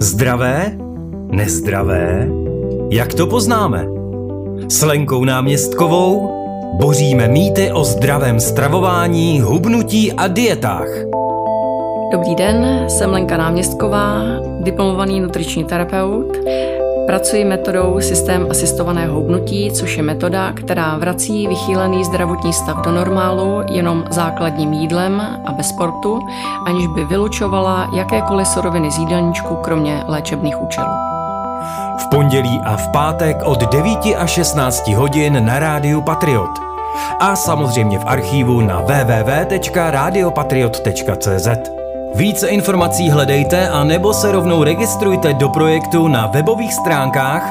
Zdravé? Nezdravé? Jak to poznáme? S Lenkou Náměstkovou boříme mýty o zdravém stravování, hubnutí a dietách. Dobrý den, jsem Lenka Náměstková, diplomovaný nutriční terapeut. Pracuji metodou systém asistovaného hubnutí, což je metoda, která vrací vychýlený zdravotní stav do normálu jenom základním jídlem a bez sportu, aniž by vylučovala jakékoliv suroviny z jídelníčku, kromě léčebných účelů. V pondělí a v pátek od 9 až 16 hodin na Rádiu Patriot. A samozřejmě v archívu na www.radiopatriot.cz. Více informací hledejte a nebo se rovnou registrujte do projektu na webových stránkách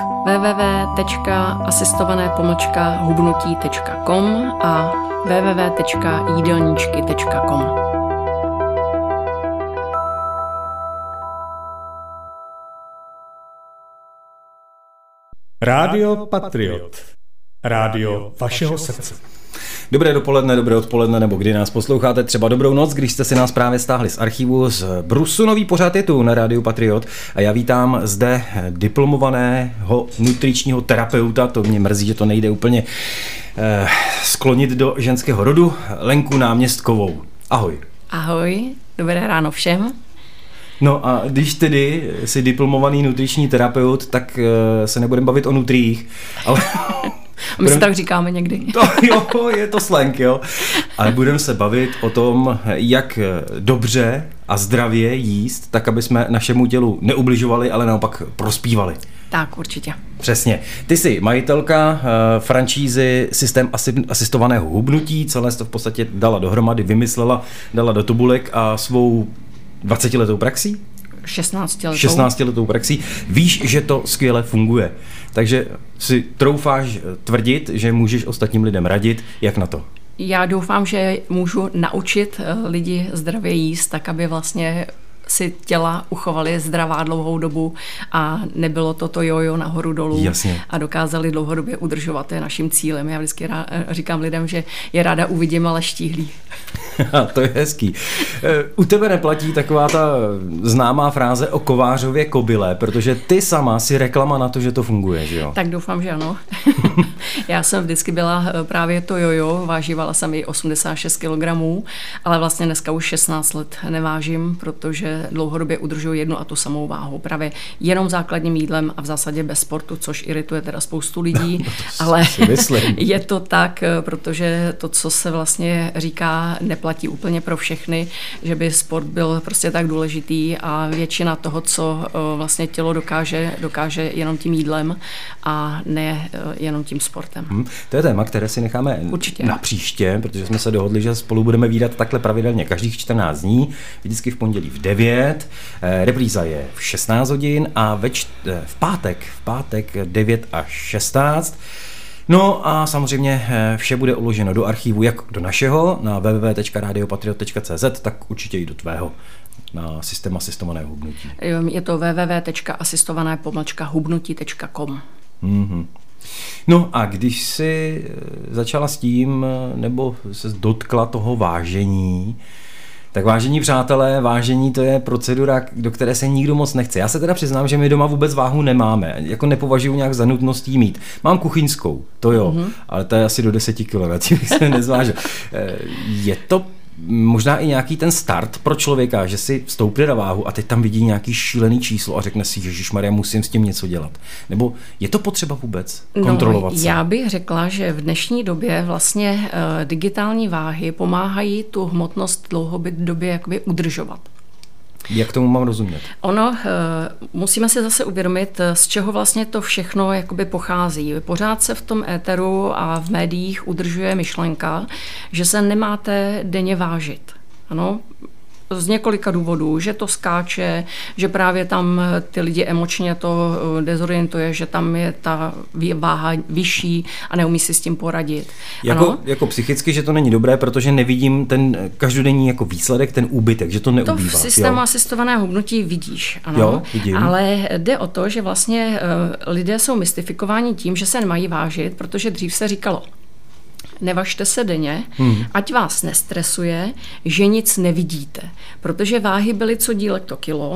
www.asistované-hubnutí.com a www.jídelníčky.com. Rádio Patriot. Rádio vašeho srdce. Dobré dopoledne, dobré odpoledne, nebo kdy nás posloucháte, třeba dobrou noc, když jste si nás právě stáhli z archivu z Brusu. Nový pořad je tu na Rádiu Patriot a já vítám zde diplomovaného nutričního terapeuta, to mě mrzí, že to nejde úplně sklonit do ženského rodu, Lenku Náměstkovou. Ahoj. Ahoj, dobré ráno všem. No a když tedy jsi diplomovaný nutriční terapeut, tak se nebudeme bavit o nutriích, ale... My si tak říkáme někdy. Jo, je to slang, jo. Ale budeme se bavit o tom, jak dobře a zdravě jíst, tak aby jsme našemu tělu neubližovali, ale naopak prospívali. Tak, určitě. Přesně. Ty jsi majitelka franšízy systém asistovaného hubnutí, celé to v podstatě dala dohromady, vymyslela, dala do tubulek a svou 20letou praxí? 16letou praxí. Víš, že to skvěle funguje. Takže si troufáš tvrdit, že můžeš ostatním lidem radit, jak na to? Já doufám, že můžu naučit lidi zdravě jíst, tak aby vlastně si těla uchovaly zdravá dlouhou dobu a nebylo to jojo nahoru dolů. Jasně. A dokázali dlouhodobě udržovat. To je naším cílem. Já vždycky říkám lidem, že je ráda uvidím, ale štíhlí. To je hezký. U tebe neplatí taková ta známá fráze o kovářově kobyle, protože ty sama si reklama na to, že to funguje, že jo? Tak doufám, že ano. Já jsem vždycky byla právě to jojo, vážívala jsem i 86 kg, ale vlastně dneska už 16 let nevážím, protože dlouhodobě udržuji jednu a tu samou váhu. Právě jenom základním jídlem a v zásadě bez sportu, což irituje teda spoustu lidí, ale je to tak, protože to, co se vlastně říká, neplatí úplně pro všechny, že by sport byl prostě tak důležitý a většina toho, co vlastně tělo dokáže jenom tím jídlem a ne jenom tím sportem. To je téma, které si necháme určitě na příště, protože jsme se dohodli, že spolu budeme vídat takhle pravidelně každých 14 dní, vždycky v pondělí v 9, repríza je v 16 hodin a v pátek 9 až 16. No a samozřejmě vše bude uloženo do archívu, jak do našeho, na www.radiopatriot.cz, tak určitě i do tvého, na systém asistovaného hubnutí. Je to www.asistované-hubnutí.com. Mm-hmm. No a když jsi začala s tím, nebo se dotkla toho vážení, tak vážení přátelé, vážení to je procedura, do které se nikdo moc nechce. Já se teda přiznám, že my doma vůbec váhu nemáme. Jako nepovažuji nějak za nutnost jí mít. Mám kuchyňskou, to jo, ale to je asi do 10 kg, tím bych se nezvážil. Je to možná i nějaký ten start pro člověka, že si vstoupí na váhu a teď tam vidí nějaký šílený číslo a řekne si, ježišmarja, musím s tím něco dělat. Nebo je to potřeba vůbec kontrolovat se? Já bych řekla, že v dnešní době vlastně digitální váhy pomáhají tu hmotnost dlouhodobě jakoby udržovat. Jak tomu mám rozumět? Musíme si zase uvědomit, z čeho vlastně to všechno jakoby pochází. Pořád se v tom éteru a v médiích udržuje myšlenka, že se nemáte denně vážit. Ano, z několika důvodů, že to skáče, že právě tam ty lidi emočně to dezorientuje, že tam je ta váha vyšší a neumí si s tím poradit. Jako psychicky, že to není dobré, protože nevidím ten každodenní jako výsledek, ten úbytek, že to neubývá. To v systému asistovaného hubnutí vidíš, ano. Jo, vidím. Ale jde o to, že vlastně lidé jsou mystifikováni tím, že se nemají vážit, protože dřív se říkalo, nevažte se denně, ať vás nestresuje, že nic nevidíte. Protože váhy byly co dílek to kilo.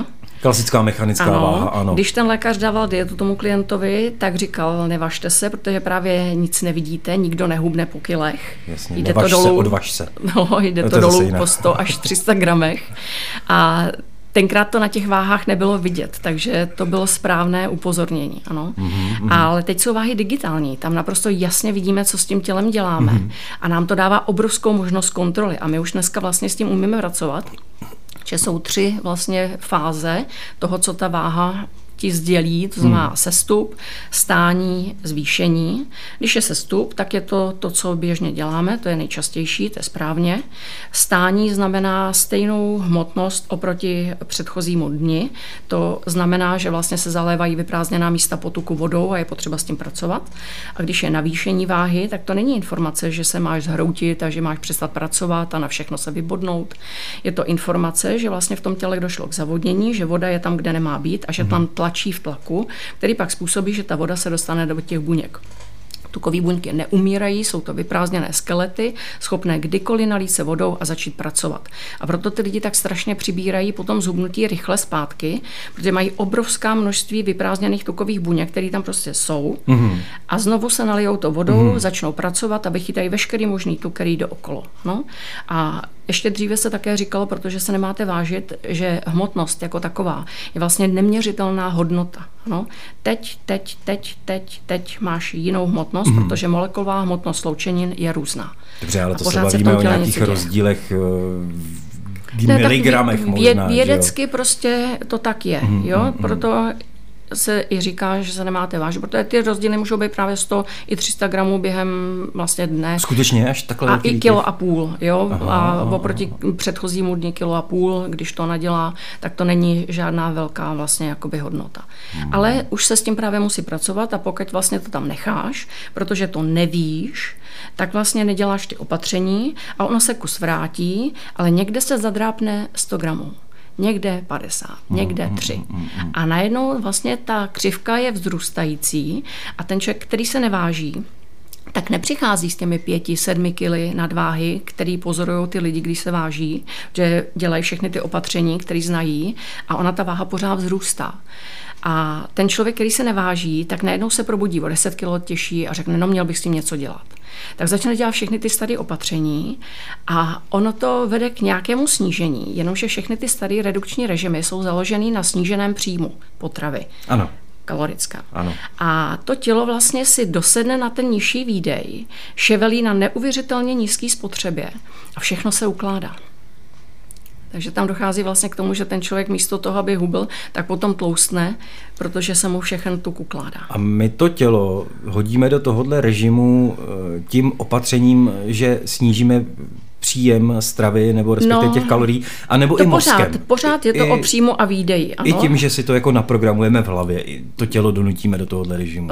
Klasická mechanická váha, ano. Když ten lékař dával dietu tomu klientovi, tak říkal, nevažte se, protože právě nic nevidíte, nikdo nehubne po kilech. Jasně, nevaž se, odvaž se. No, jde to dolů po 100 až 300 gramech. A tenkrát to na těch váhách nebylo vidět, takže to bylo správné upozornění, ano. Ale teď jsou váhy digitální, tam naprosto jasně vidíme, co s tím tělem děláme. A nám to dává obrovskou možnost kontroly a my už dneska vlastně s tím umíme pracovat, že jsou 3 vlastně fáze toho, co ta váha ti sdělí, to znamená sestup, stání, zvýšení. Když je sestup, tak je to, co běžně děláme, to je nejčastější, to je správně. Stání znamená stejnou hmotnost oproti předchozímu dni. To znamená, že vlastně se zalévají vyprázdněná místa potuku vodou a je potřeba s tím pracovat. A když je navýšení váhy, tak to není informace, že se máš zhroutit a že máš přestat pracovat a na všechno se vybodnout. Je to informace, že vlastně v tom těle došlo k zavodnění, že voda je tam, kde nemá být a že tam tlačí v tlaku, který pak způsobí, že ta voda se dostane do těch buněk. Tukové buňky neumírají, jsou to vyprázdněné skelety, schopné kdykoliv nalít se vodou a začít pracovat. A proto ty lidi tak strašně přibírají potom zhubnutí rychle zpátky, protože mají obrovská množství vyprázdněných tukových buněk, které tam prostě jsou. A znovu se nalijou to vodou, začnou pracovat a vychytají veškerý možný tuk, který jde okolo. No? A ještě dříve se také říkalo, protože se nemáte vážit, že hmotnost jako taková je vlastně neměřitelná hodnota. No? Teď máš jinou hmotnost, protože molekulová hmotnost sloučenin je různá. Dobře, ale to se bavíme o nějakých rozdílech v miligramech možná. Vědecky prostě to tak je. Jo? Proto se i říká, že se nemáte vážit, protože ty rozdíly můžou být právě 100 i 300 gramů během vlastně dne. Skutečně až takhle? A i 1,5 kg, jo? A oproti předchozímu dni 1,5 kg, když to nadělá, tak to není žádná velká vlastně jakoby hodnota. Ale už se s tím právě musí pracovat a pokud vlastně to tam necháš, protože to nevíš, tak vlastně neděláš ty opatření a ono se kus vrátí, ale někde se zadrápne 100 gramů. Někde 50, někde 3. A najednou vlastně ta křivka je vzrůstající a ten člověk, který se neváží, tak nepřichází s těmi 5-7 kily nadváhy, který pozorují ty lidi, když se váží, že dělají všechny ty opatření, které znají a ona ta váha pořád vzrůstá. A ten člověk, který se neváží, tak najednou se probudí o 10 kilo těžší a řekne, no měl bych s tím něco dělat. Tak začne dělat všechny ty staré opatření a ono to vede k nějakému snížení, jenomže všechny ty staré redukční režimy jsou založené na sníženém příjmu potravy. Ano. Kalorická. Ano. A to tělo vlastně si dosedne na ten nižší výdej, ševelí na neuvěřitelně nízké spotřebě a všechno se ukládá. Takže tam dochází vlastně k tomu, že ten člověk místo toho, aby hubl, tak potom tloustne, protože se mu všechen tuk ukládá. A my to tělo hodíme do tohohle režimu tím opatřením, že snížíme příjem stravy nebo respektive těch kalorií, anebo i mozkem. Pořád je to o příjmu a výdeji. Ano? I tím, že si to jako naprogramujeme v hlavě, i to tělo donutíme do tohohle režimu.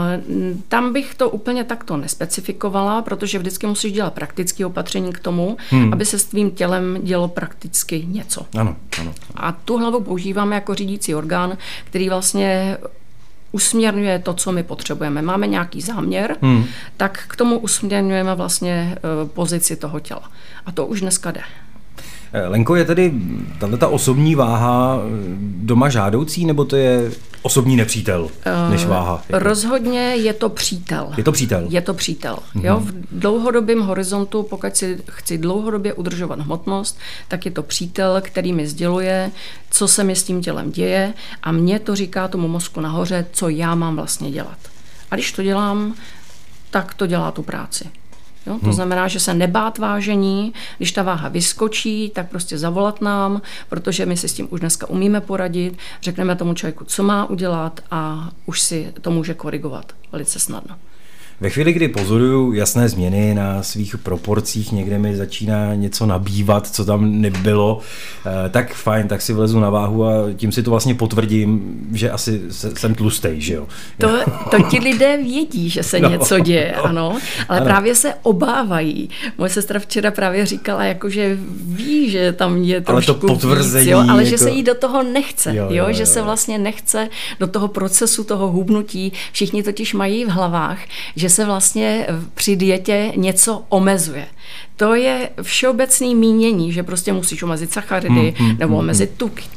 Tam bych to úplně takto nespecifikovala, protože vždycky musíš dělat praktické opatření k tomu, aby se s tvým tělem dělo prakticky něco. Ano. A tu hlavu používáme jako řídící orgán, který vlastně usměrňuje to, co my potřebujeme. Máme nějaký záměr, tak k tomu usměrňujeme vlastně pozici toho těla. A to už dneska jde. Lenko, je tedy tato osobní váha doma žádoucí, nebo to je osobní nepřítel než váha? Jako? Rozhodně je to přítel. Je to přítel? Je to přítel. Jo? V dlouhodobém horizontu, pokud si chci dlouhodobě udržovat hmotnost, tak je to přítel, který mi sděluje, co se mi s tím tělem děje a mě to říká tomu mozku nahoře, co já mám vlastně dělat. A když to dělám, tak to dělá tu práci. Jo? To znamená, že se nebát vážení, když ta váha vyskočí, tak prostě zavolat nám, protože my si s tím už dneska umíme poradit, řekneme tomu člověku, co má udělat a už si to může korigovat velice snadno. Ve chvíli, kdy pozoruju jasné změny na svých proporcích, někde mi začíná něco nabývat, co tam nebylo, tak fajn, tak si vlezu na váhu a tím si to vlastně potvrdím, že asi jsem tlustej, že jo? To ti lidé vědí, že se něco děje, ano, ale právě se obávají. Moje sestra včera právě říkala, že ví, že tam je trošku ale to potvrzení, víc, jo, ale že se jí do toho nechce, jo, že se vlastně nechce do toho procesu, toho hubnutí. Všichni totiž mají v hlavách, že se vlastně při dietě něco omezuje. To je všeobecné mínění, že prostě musíš omezit sacharidy nebo omezit tuk.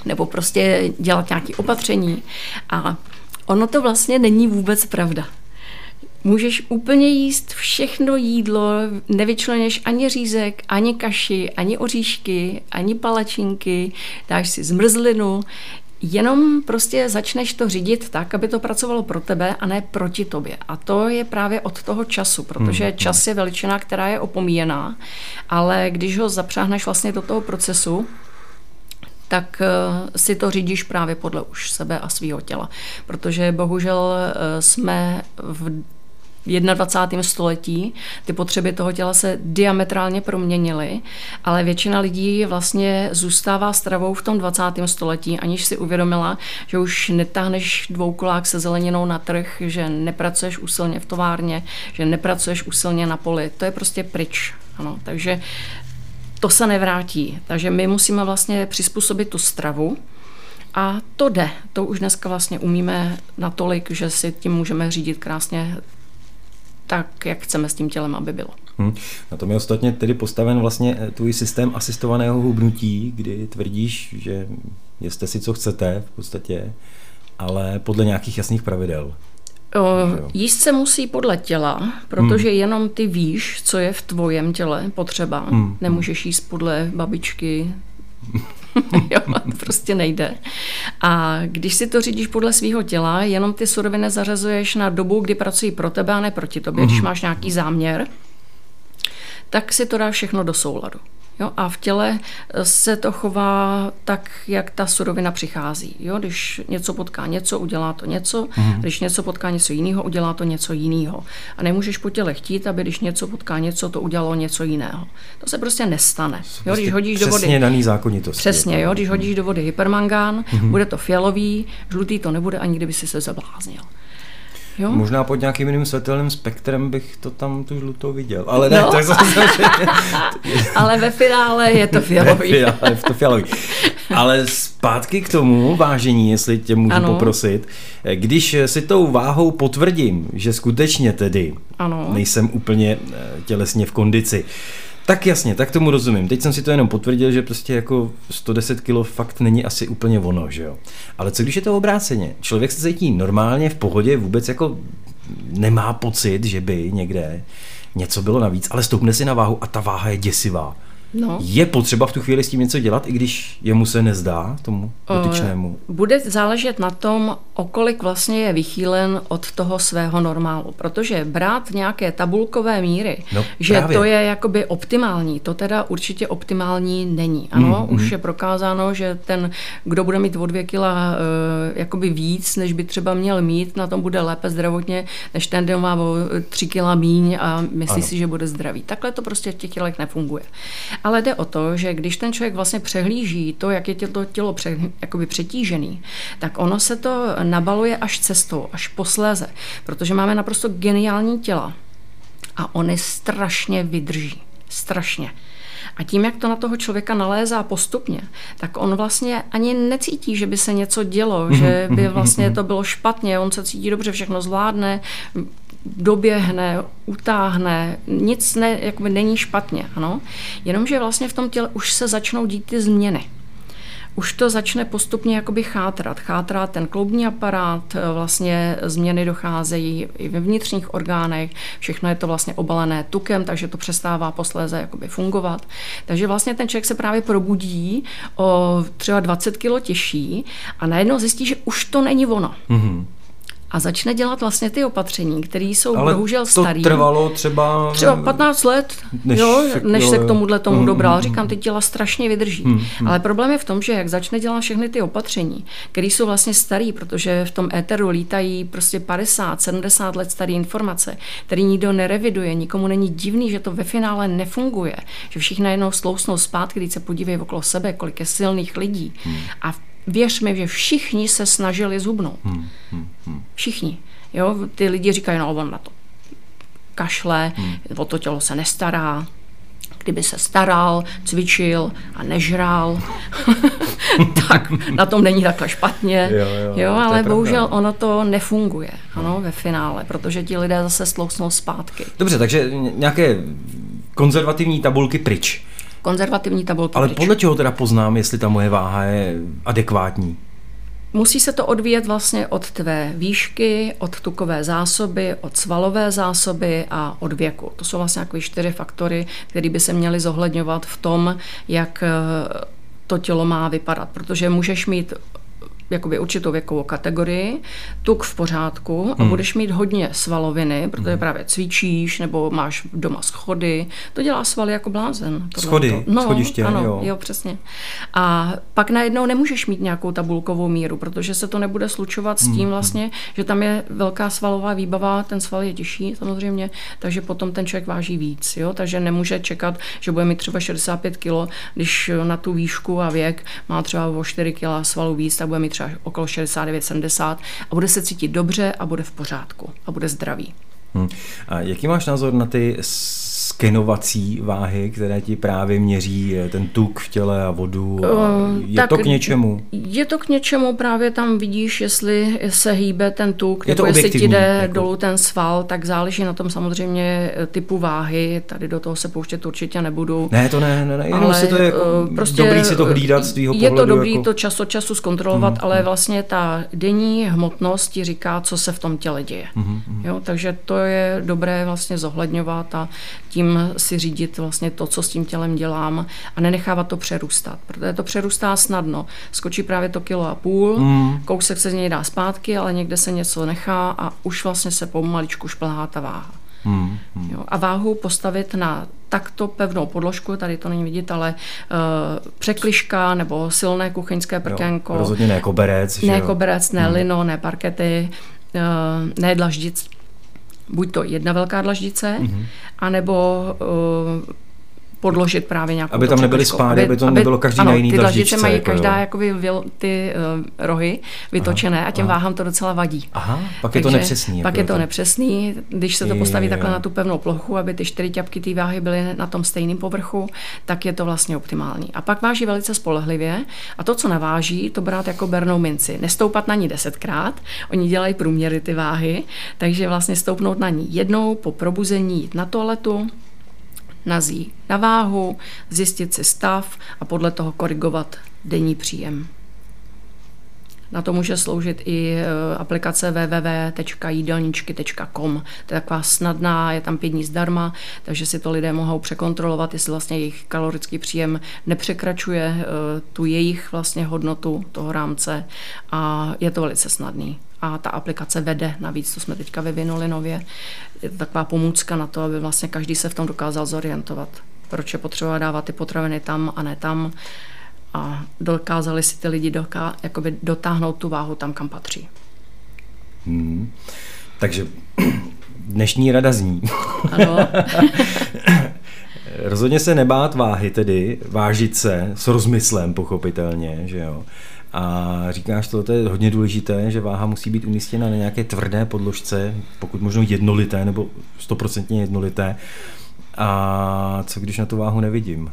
nebo prostě dělat nějaké opatření. A ono to vlastně není vůbec pravda. Můžeš úplně jíst všechno jídlo, nevyčleněš ani řízek, ani kaši, ani oříšky, ani palačinky, dáš si zmrzlinu, jenom prostě začneš to řídit tak, aby to pracovalo pro tebe a ne proti tobě. A to je právě od toho času, protože čas je veličina, která je opomíjená, ale když ho zapřáhneš vlastně do toho procesu, tak si to řídíš právě podle už sebe a svého těla. Protože bohužel jsme v 21. století, ty potřeby toho těla se diametrálně proměnily, ale většina lidí vlastně zůstává stravou v tom 20. století, aniž si uvědomila, že už netáhneš dvoukolák se zeleninou na trh, že nepracuješ úsilně v továrně, že nepracuješ úsilně na poli. To je prostě pryč. Ano, takže to se nevrátí. Takže my musíme vlastně přizpůsobit tu stravu a to jde. To už dneska vlastně umíme natolik, že si tím můžeme řídit krásně tak, jak chceme s tím tělem, aby bylo. Na tom je ostatně tedy postaven vlastně tvůj systém asistovaného hubnutí, kdy tvrdíš, že jeste si, co chcete v podstatě, ale podle nějakých jasných pravidel. Jíst se musí podle těla, protože jenom ty víš, co je v tvojem těle potřeba. Nemůžeš jíst podle babičky, jo, to prostě nejde. A když si to řídíš podle svého těla, jenom ty suroviny zařazuješ na dobu, kdy pracují pro tebe a ne proti tobě. Když máš nějaký záměr, tak si to dá všechno do souladu. Jo, a v těle se to chová tak, jak ta surovina přichází. Jo, když něco potká něco, udělá to něco. Když něco potká něco jiného, udělá to něco jiného. A nemůžeš po těle chtít, aby když něco potká něco, to udělalo něco jiného. To se prostě nestane. Jo, když hodíš do vody, přesně daný zákonitosti. Přesně, jo, když hodíš do vody hypermangán, bude to fialový, žlutý to nebude, ani kdyby si se zabláznil. Jo? Možná pod nějakým jiným světelným spektrem bych to tam tu žlutou viděl. Ale ne, tak ale ve finále je to fialový. Je to fialový. Ale zpátky k tomu vážení, jestli tě můžu poprosit. Když si tou váhou potvrdím, že skutečně tedy nejsem úplně tělesně v kondici, tak jasně, tak tomu rozumím. Teď jsem si to jenom potvrdil, že prostě jako 110 kg fakt není asi úplně ono, že jo. Ale co když je to obráceně? Člověk se cítí normálně v pohodě, vůbec jako nemá pocit, že by někde něco bylo navíc, ale stoupne si na váhu a ta váha je děsivá. No. Je potřeba v tu chvíli s tím něco dělat, i když jemu se nezdá, tomu dotyčnému? Bude záležet na tom, o kolik vlastně je vychýlen od toho svého normálu. Protože brát nějaké tabulkové míry, že právě to je jakoby optimální, to teda určitě optimální není. Ano, už je prokázáno, že ten, kdo bude mít o 2 kila jakoby víc, než by třeba měl mít, na tom bude lépe zdravotně, než ten, kdo má o 3 kila míň a myslí si, že bude zdravý. Takhle to prostě v těch tělech nefunguje. Ale jde o to, že když ten člověk vlastně přehlíží to, jak je to tělo jakoby přetížený, tak ono se to nabaluje až cestou, až posléze, protože máme naprosto geniální těla a ony strašně vydrží. Strašně. A tím, jak to na toho člověka nalézá postupně, tak on vlastně ani necítí, že by se něco dělo, že by vlastně to bylo špatně, on se cítí dobře, všechno zvládne, doběhne, utáhne, nic jakoby není špatně, ano. Jenomže vlastně v tom těle už se začnou dít ty změny. Už to začne postupně jakoby chátrat. Chátrá ten kloubní aparát, vlastně změny docházejí i ve vnitřních orgánech, všechno je to vlastně obalené tukem, takže to přestává posléze jakoby fungovat. Takže vlastně ten člověk se právě probudí o třeba 20 kg těžší a najednou zjistí, že už to není ono. A začne dělat vlastně ty opatření, které jsou bohužel starý. To trvalo třeba 15 let, než se k tomu dobral. Říkám, ty těla strašně vydrží. Ale problém je v tom, že jak začne dělat všechny ty opatření, které jsou vlastně starý, protože v tom éteru lítají prostě 50, 70 let staré informace, které nikdo nereviduje, nikomu není divný, že to ve finále nefunguje, že všichni najednou slousnou zpátky, když se podívají okolo sebe, kolik je silných lidí. A věř mi, že všichni se snažili zhubnout. Všichni. Jo? Ty lidi říkají, no on na to kašle, o to tělo se nestará. Kdyby se staral, cvičil a nežral, tak na tom není takhle špatně. Jo, ale bohužel ono to nefunguje ve finále, protože ti lidé zase slousnou zpátky. Dobře, takže nějaké konzervativní tabulky pryč. Konzervativní tabulky. Ale podle čeho teda poznám, jestli ta moje váha je adekvátní? Musí se to odvíjet vlastně od tvé výšky, od tukové zásoby, od svalové zásoby a od věku. To jsou vlastně takové 4 faktory, které by se měly zohledňovat v tom, jak to tělo má vypadat. Protože můžeš mít jakoby určitou věkovou kategorii, tuk v pořádku a budeš mít hodně svaloviny, protože právě cvičíš nebo máš doma schody. To dělá svaly jako blázen. Schody, schodiště, ano, jo, přesně. A pak najednou nemůžeš mít nějakou tabulkovou míru, protože se to nebude slučovat s tím vlastně, že tam je velká svalová výbava, ten sval je těžší samozřejmě, takže potom ten člověk váží víc. Jo? Takže nemůže čekat, že bude mít třeba 65 kg, když na tu výšku a věk má třeba o 4 kg svalů víc, tak bude mít třeba okolo 69-70 a bude se cítit dobře a bude v pořádku a bude zdravý. A jaký máš názor na ty skenovací váhy, které ti právě měří ten tuk v těle a vodu? Je to k něčemu? Je to k něčemu, právě tam vidíš, jestli se hýbe ten tuk, nebo jestli ti jde dolů ten sval, tak záleží na tom samozřejmě typu váhy, tady do toho se pouštět určitě nebudu. Ne, to ne, jenom si to je jako prostě dobrý si to hlídat z tvýho pohledu. Je to dobrý to čas od času zkontrolovat, ale vlastně ta denní hmotnost ti říká, co se v tom těle děje. Jo, takže to je dobré vlastně zohledňovat a tím si řídit vlastně to, co s tím tělem dělám a nenechávat to přerůstat, protože to přerůstá snadno. Skočí právě to 1,5 kg, kousek se z něj dá zpátky, ale někde se něco nechá a už vlastně se pomaličku šplhá ta váha. Jo, a váhu postavit na takto pevnou podložku, tady to není vidět, ale překližka nebo silné kuchyňské prkénko. Rozhodně ne koberec. Ne koberec, ne lino, ne parkety, ne dlaždic. Buď to jedna velká dlaždice, anebo podložit právě nějakou. Aby tam nebyly spády, aby to nebylo každý na jiný dlaždičce. Ty dlaždice mají každá jakoby ty rohy vytočené a těm váhám to docela vadí. Aha, pak je to nepřesný. Pak je to nepřesný, když se to postaví takhle na tu pevnou plochu, aby ty 4 ťapky té váhy byly na tom stejném povrchu, tak je to vlastně optimální. A pak váží velice spolehlivě a to, co naváží, to brát jako bernou minci. Nestoupat na ní 10krát, oni dělají průměry ty váhy, takže vlastně stoupnout na ní jednou po probuzení, jít na toaletu, nazí na váhu, zjistit si stav a podle toho korigovat denní příjem. Na to může sloužit i aplikace www.jídelníčky.com. To je taková snadná, je tam 5 dní zdarma, takže si to lidé mohou překontrolovat, jestli vlastně jejich kalorický příjem nepřekračuje tu jejich vlastně hodnotu toho rámce a je to velice snadný. A ta aplikace vede, navíc to jsme teďka vyvinuli nově. Je to taková pomůcka na to, aby vlastně každý se v tom dokázal zorientovat. Proč je potřeba dávat ty potraviny tam a ne tam. A dokázali si ty lidi jakoby dotáhnout tu váhu tam, kam patří. Takže dnešní rada zní. Ano. Rozhodně se nebát váhy, tedy vážit se s rozmyslem, pochopitelně, že jo. A říkáš, to je hodně důležité, že váha musí být umístěna na nějaké tvrdé podložce, pokud možno jednolité nebo 100% jednolité. A co když na tu váhu nevidím?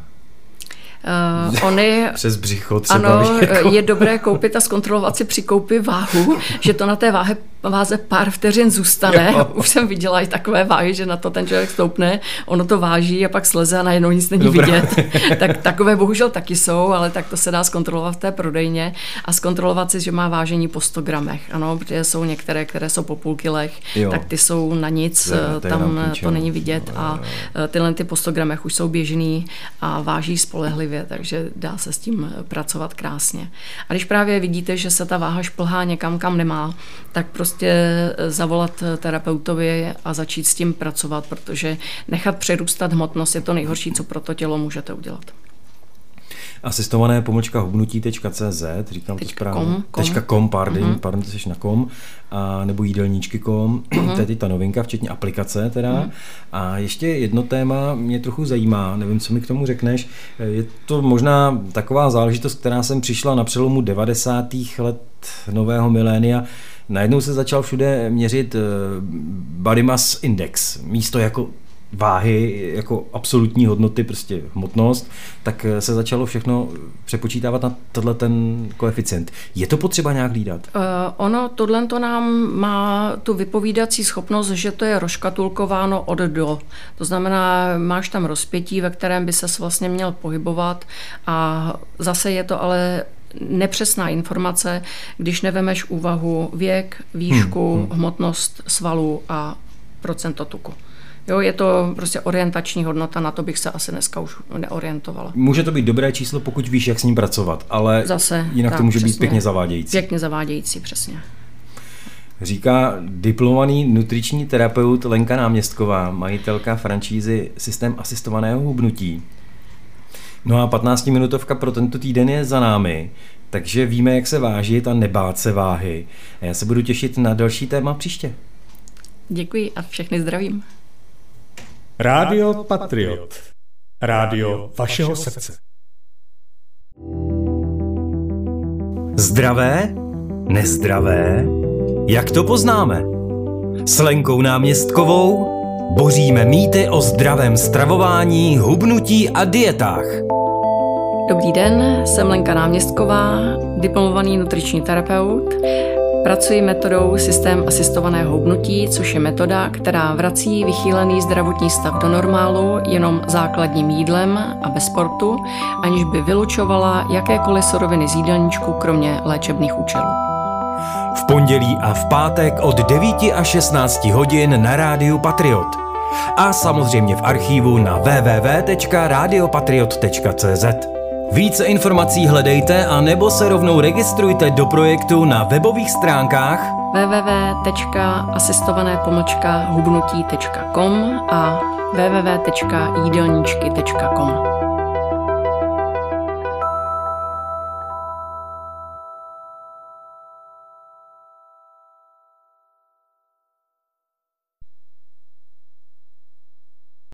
Přes břicho třeba. Ano, je dobré koupit a zkontrolovat si při koupi váhu, že to na té váze pár vteřin zůstane. Jo. Už jsem viděla i takové váhy, že na to ten člověk stoupne, ono to váží a pak sleze a najednou nic není vidět. Tak takové bohužel taky jsou, ale tak to se dá zkontrolovat v té prodejně a zkontrolovat si, že má vážení po 100 gramech. Ano, protože jsou některé, které jsou po půl kilech, tak ty jsou na nic, tam to není vidět a tyhle ty po 100 gramech už jsou běžný a váží spolehlivě, takže dá se s tím pracovat krásně. A když právě vidíte, že se ta váha šplhá někam, kam nemá, tak prostě zavolat terapeutovi a začít s tím pracovat, protože nechat přerůstat hmotnost je to nejhorší, co pro to tělo můžete udělat. Asistované hubnutí.cz, říkám to správně. .com, pardon, ty jsi na com, a nebo jídelníčky.com, to je ta novinka, včetně aplikace teda. A ještě jedno téma mě trochu zajímá, nevím, co mi k tomu řekneš. Je to možná taková záležitost, která sem přišla na přelomu 90. let nového milénia. Najednou se začal všude měřit body mass index, místo jako váhy jako absolutní hodnoty, prostě hmotnost, tak se začalo všechno přepočítávat na tenhle ten koeficient. Je to potřeba nějak hlídat? Ono, tohle to nám má tu vypovídací schopnost, že to je rozškatulkováno od do. To znamená, máš tam rozpětí, ve kterém by ses vlastně měl pohybovat a zase je to ale nepřesná informace, když nevemeš úvahu věk, výšku, hmotnost svalů a procento tuku. Jo, je to prostě orientační hodnota, na to bych se asi dneska už neorientovala. Může to být dobré číslo, pokud víš, jak s ním pracovat, ale zase, jinak tak, to může přesně, být pěkně zavádějící. Pěkně zavádějící, přesně. Říká diplomovaný nutriční terapeut Lenka Náměstková, majitelka franšízy Systém asistovaného hubnutí. No a 15minutovka pro tento týden je za námi, takže víme, jak se vážit a nebát se váhy. A já se budu těšit na další téma příště. Děkuji a všechny zdravím. Rádio Patriot. Rádio vašeho srdce. Zdravé? Nezdravé? Jak to poznáme? S Lenkou Náměstkovou boříme mýty o zdravém stravování, hubnutí a dietách. Dobrý den, jsem Lenka Náměstková, diplomovaný nutriční terapeut. Pracuji metodou systém asistovaného hubnutí, což je metoda, která vrací vychýlený zdravotní stav do normálu jenom základním jídlem a bez sportu, aniž by vylučovala jakékoliv suroviny z jídelníčku, kromě léčebných účelů. V pondělí a v pátek od 9 až 16 hodin na rádiu Patriot. A samozřejmě v archívu na www.radiopatriot.cz. Více informací hledejte a nebo se rovnou registrujte do projektu na webových stránkách www.asistované-hubnutí.com a www.jídelníčky.com.